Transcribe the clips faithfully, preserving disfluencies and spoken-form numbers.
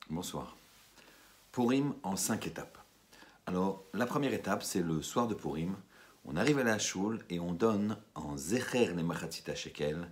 Bonsoir. Purim en cinq étapes. Alors, la première étape, c'est le soir de Purim. On arrive à la choule et on donne en Zecher les Machatzita Shekel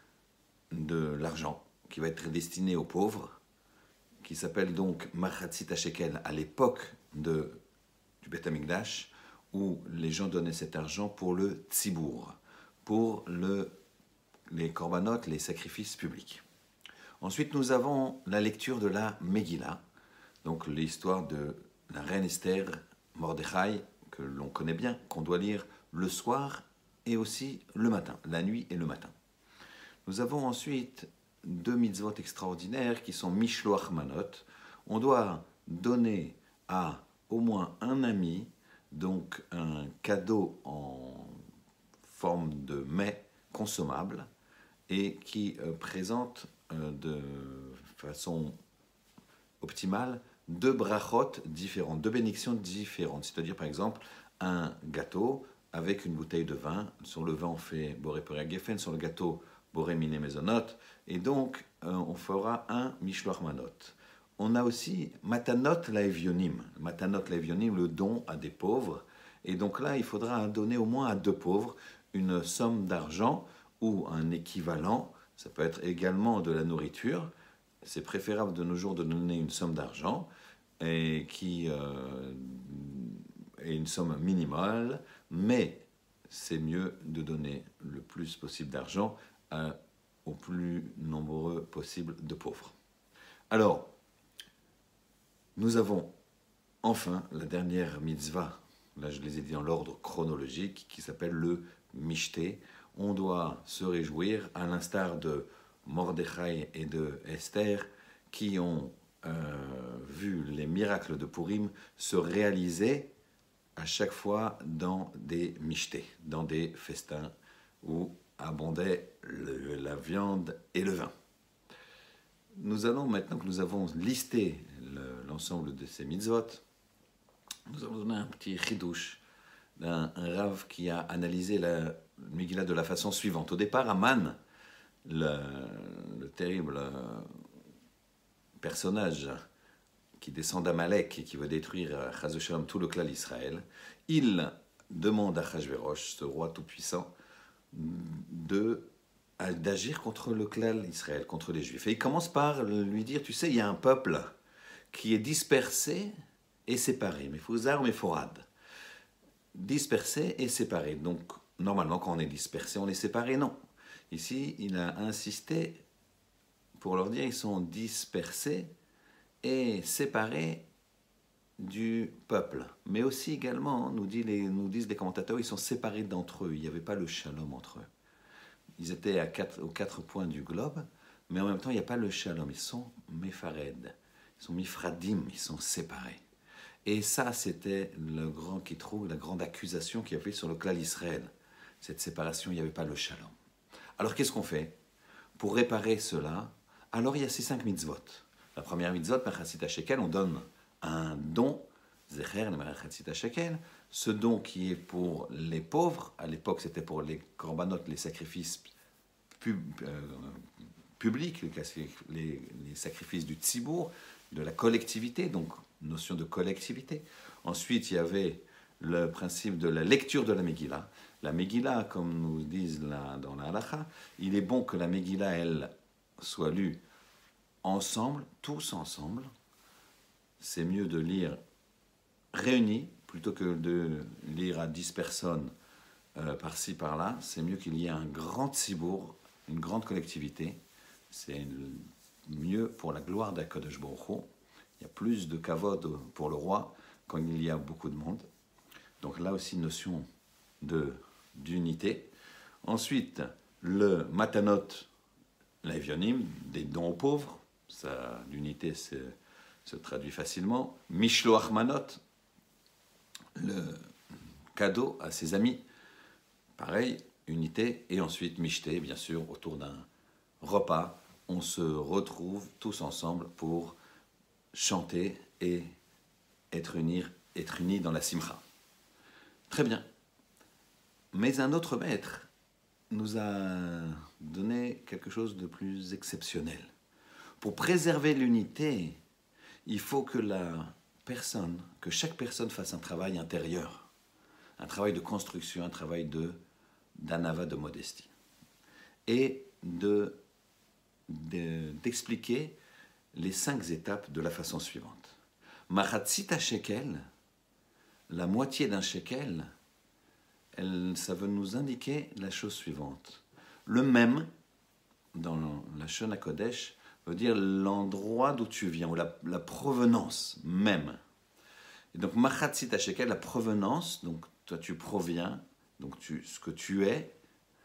de l'argent qui va être destiné aux pauvres, qui s'appelle donc Machatzita Shekel à l'époque de, du Beth Amikdash, où les gens donnaient cet argent pour le tzibour, pour le, les korbanot, les sacrifices publics. Ensuite, nous avons la lecture de la Megillah, donc l'histoire de la reine Esther, Mordechai, que l'on connaît bien, qu'on doit lire le soir et aussi le matin, la nuit et le matin. Nous avons ensuite deux mitzvot extraordinaires qui sont Mishloach Manot. On doit donner à au moins un ami, donc un cadeau en forme de mets consommable et qui euh, présente euh, de façon optimale deux brachot différentes, deux bénédictions différentes. C'est-à-dire, par exemple, un gâteau avec une bouteille de vin. Sur le vin, on fait Boré Pera Geffen, sur le gâteau, Boré Miné Mezonot. Et donc, euh, on fera un Mishloach Manot. On a aussi Matanot Laevionim. Matanot Laevionim, le don à des pauvres. Et donc là, il faudra donner au moins à deux pauvres une somme d'argent ou un équivalent. Ça peut être également de la nourriture. C'est préférable de nos jours de donner une somme d'argent et qui euh, est une somme minimale, mais c'est mieux de donner le plus possible d'argent à, au plus nombreux possible de pauvres. Alors, nous avons enfin la dernière mitzvah, là je les ai dit dans l'ordre chronologique, qui s'appelle le Mishté. On doit se réjouir, à l'instar de Mordechai et de Esther, qui ont euh, vu les miracles de Purim se réaliser à chaque fois dans des mishtés, dans des festins où abondait le, la viande et le vin. Nous allons, maintenant que nous avons listé le, l'ensemble de ces mitzvot, nous allons donner un petit chidouche d'un un Rav qui a analysé la Megillah de la façon suivante. Au départ, Aman, le, le terrible personnage qui descend d'Amalek et qui veut détruire Chas v'Shalom tout le clan d'Israël, il demande à Achashverosh, ce roi tout-puissant, de, d'agir contre le clan d'Israël, contre les Juifs. Et il commence par lui dire, tu sais, il y a un peuple qui est dispersé et séparé, mais Fouzar, mais Forad. Dispersé et séparé. Donc, normalement, quand on est dispersé, on est séparé, non. Ici, il a insisté pour leur dire qu'ils sont dispersés et séparés du peuple. Mais aussi également, nous, dit les, nous disent les commentateurs, ils sont séparés d'entre eux. Il n'y avait pas le shalom entre eux. Ils étaient à quatre, aux quatre points du globe, mais en même temps, il n'y a pas le shalom. Ils sont mefared, ils sont mifradim, ils sont séparés. Et ça, c'était le grand kitrou, la grande accusation qu'il y avait sur le clan d'Israël. Cette séparation, il n'y avait pas le shalom. Alors, qu'est-ce qu'on fait pour réparer cela? Alors, il y a ces cinq mitzvot. La première mitzvot, Machatzita Shekel, on donne un don, Zecher, le Machatzita Shekel, ce don qui est pour les pauvres. À l'époque, c'était pour les korbanot, les sacrifices pub, euh, publics, les, les, les sacrifices du tzibour, de la collectivité, donc notion de collectivité. Ensuite, il y avait le principe de la lecture de la Megillah. La Megillah, comme nous disent là, dans la Halacha, il est bon que la Megillah, elle, soit lue ensemble, tous ensemble. C'est mieux de lire réunis plutôt que de lire à dix personnes euh, par-ci, par-là. C'est mieux qu'il y ait un grand tzibour, une grande collectivité. C'est mieux pour la gloire d'Akadosh Baruch Hu. Il y a plus de kavod pour le roi quand il y a beaucoup de monde. Donc là aussi, notion de, d'unité. Ensuite, le matanot laevionim, des dons aux pauvres. Ça, l'unité se, se traduit facilement. Mishloach manot, le cadeau à ses amis. Pareil, unité. Et ensuite, mishté, bien sûr, autour d'un repas. On se retrouve tous ensemble pour chanter et être unis, être unis dans la simcha. Très bien. Mais un autre maître nous a donné quelque chose de plus exceptionnel. Pour préserver l'unité, il faut que la personne, que chaque personne fasse un travail intérieur, un travail de construction, un travail de d'anava, de modestie, et de, de, d'expliquer les cinq étapes de la façon suivante. Machatzita shekel, la moitié d'un shekel, elle, ça veut nous indiquer la chose suivante. Le même, dans la Shon HaKodesh, veut dire l'endroit d'où tu viens, ou la, la provenance même. Et donc, machatzita shekel, la provenance, donc toi tu proviens, donc tu, ce que tu es,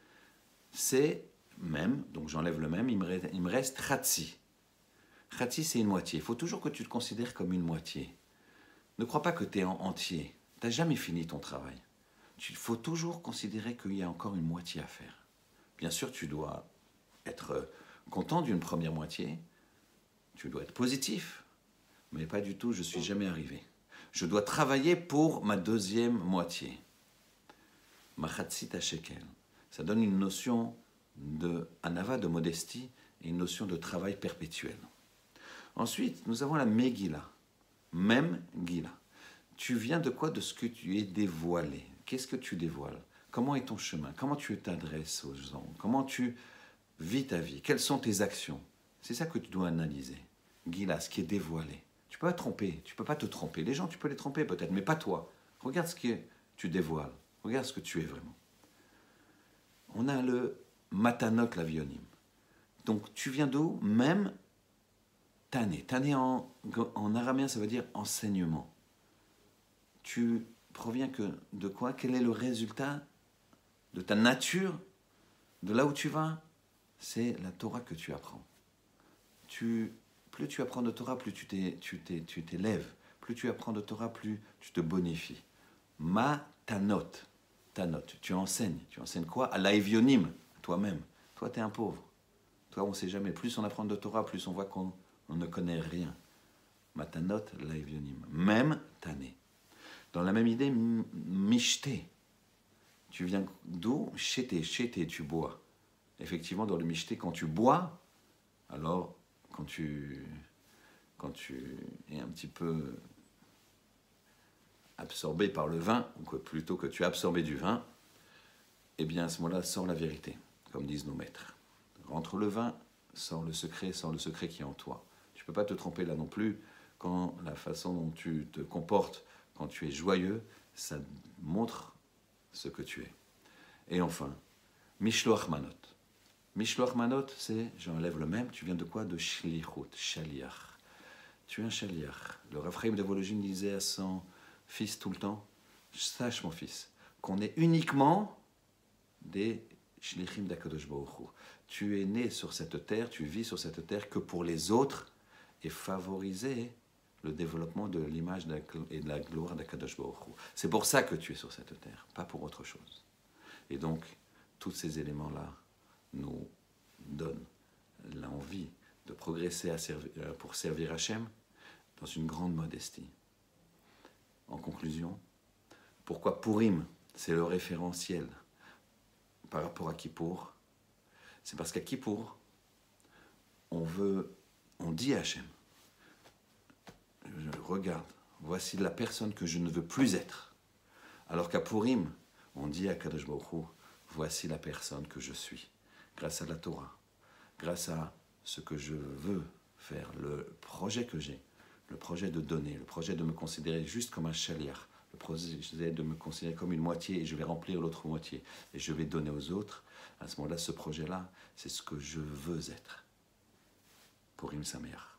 c'est même, donc j'enlève le même, il me reste, il me reste chatzi. Chatzi, c'est une moitié. Il faut toujours que tu te considères comme une moitié. Ne crois pas que tu es en entier. Tu n'as jamais fini ton travail. Il faut toujours considérer qu'il y a encore une moitié à faire. Bien sûr, tu dois être content d'une première moitié, tu dois être positif, mais pas du tout, je ne suis jamais arrivé. Je dois travailler pour ma deuxième moitié. Machatzita shekel. Ça donne une notion de anava, de modestie, et une notion de travail perpétuel. Ensuite, nous avons la Megillah. Même Gila. Tu viens de quoi? De ce que tu es dévoilé. Qu'est-ce que tu dévoiles? Comment est ton chemin? Comment tu t'adresses aux gens? Comment tu vis ta vie? Quelles sont tes actions? C'est ça que tu dois analyser. Gila, ce qui est dévoilé. Tu peux pas te tromper, tu peux pas te tromper. Les gens, tu peux les tromper peut-être, mais pas toi. Regarde ce que tu dévoiles. Regarde ce que tu es vraiment. On a le matanot lavionim. Donc tu viens d'où? Même tané. Tané en, en araméen, ça veut dire enseignement. Tu proviens que de quoi? Quel est le résultat de ta nature, de là où tu vas? C'est la Torah que tu apprends. Tu, plus tu apprends de Torah, plus tu, t'es, tu, t'es, tu t'élèves. Plus tu apprends de Torah, plus tu te bonifies. Ma tanot, tanot, tu enseignes. Tu enseignes quoi? À l'aevionim, à toi-même. Toi, tu es un pauvre. Toi, on ne sait jamais. Plus on apprend de Torah, plus on voit qu'on on ne connaît rien. Matanot, l'aevionim. Même tané. Dans la même idée, mishté. Tu viens d'où? Chété, chété, tu bois. Effectivement, dans le mishté, quand tu bois, alors, quand tu, quand tu es un petit peu absorbé par le vin, ou que plutôt que tu es absorbé du vin, eh bien, à ce moment-là, sort la vérité, comme disent nos maîtres. Entre le vin, sort le secret, sort le secret qui est en toi. Tu ne peux pas te tromper là non plus, quand la façon dont tu te comportes, quand tu es joyeux, ça montre ce que tu es. Et enfin, Mishloach Manot. Mishloach Manot, c'est, j'enlève le même, tu viens de quoi? De Shlichut, Shaliach. Tu es un Shaliach. Le Rav Chaim de Volojine disait à son fils tout le temps, sache mon fils, qu'on est uniquement des Shlichim d'Akadosh Baruch Hu. Tu es né sur cette terre, tu vis sur cette terre que pour les autres et favoriser le développement de l'image et de la gloire d'Akadosh Baruch Hu. C'est pour ça que tu es sur cette terre, pas pour autre chose. Et donc, tous ces éléments-là nous donnent l'envie de progresser à servir, pour servir Hachem dans une grande modestie. En conclusion, pourquoi Purim, c'est le référentiel par rapport à Kippour? C'est parce qu'à Kippour, on veut, on dit à Hachem, je regarde, voici la personne que je ne veux plus être. Alors qu'à Purim, on dit à Kadosh Baruch Hu, voici la personne que je suis, grâce à la Torah, grâce à ce que je veux faire, le projet que j'ai, le projet de donner, le projet de me considérer juste comme un shaliach, le projet de me considérer comme une moitié et je vais remplir l'autre moitié et je vais donner aux autres. À ce moment-là, ce projet-là, c'est ce que je veux être. Purim Sameach.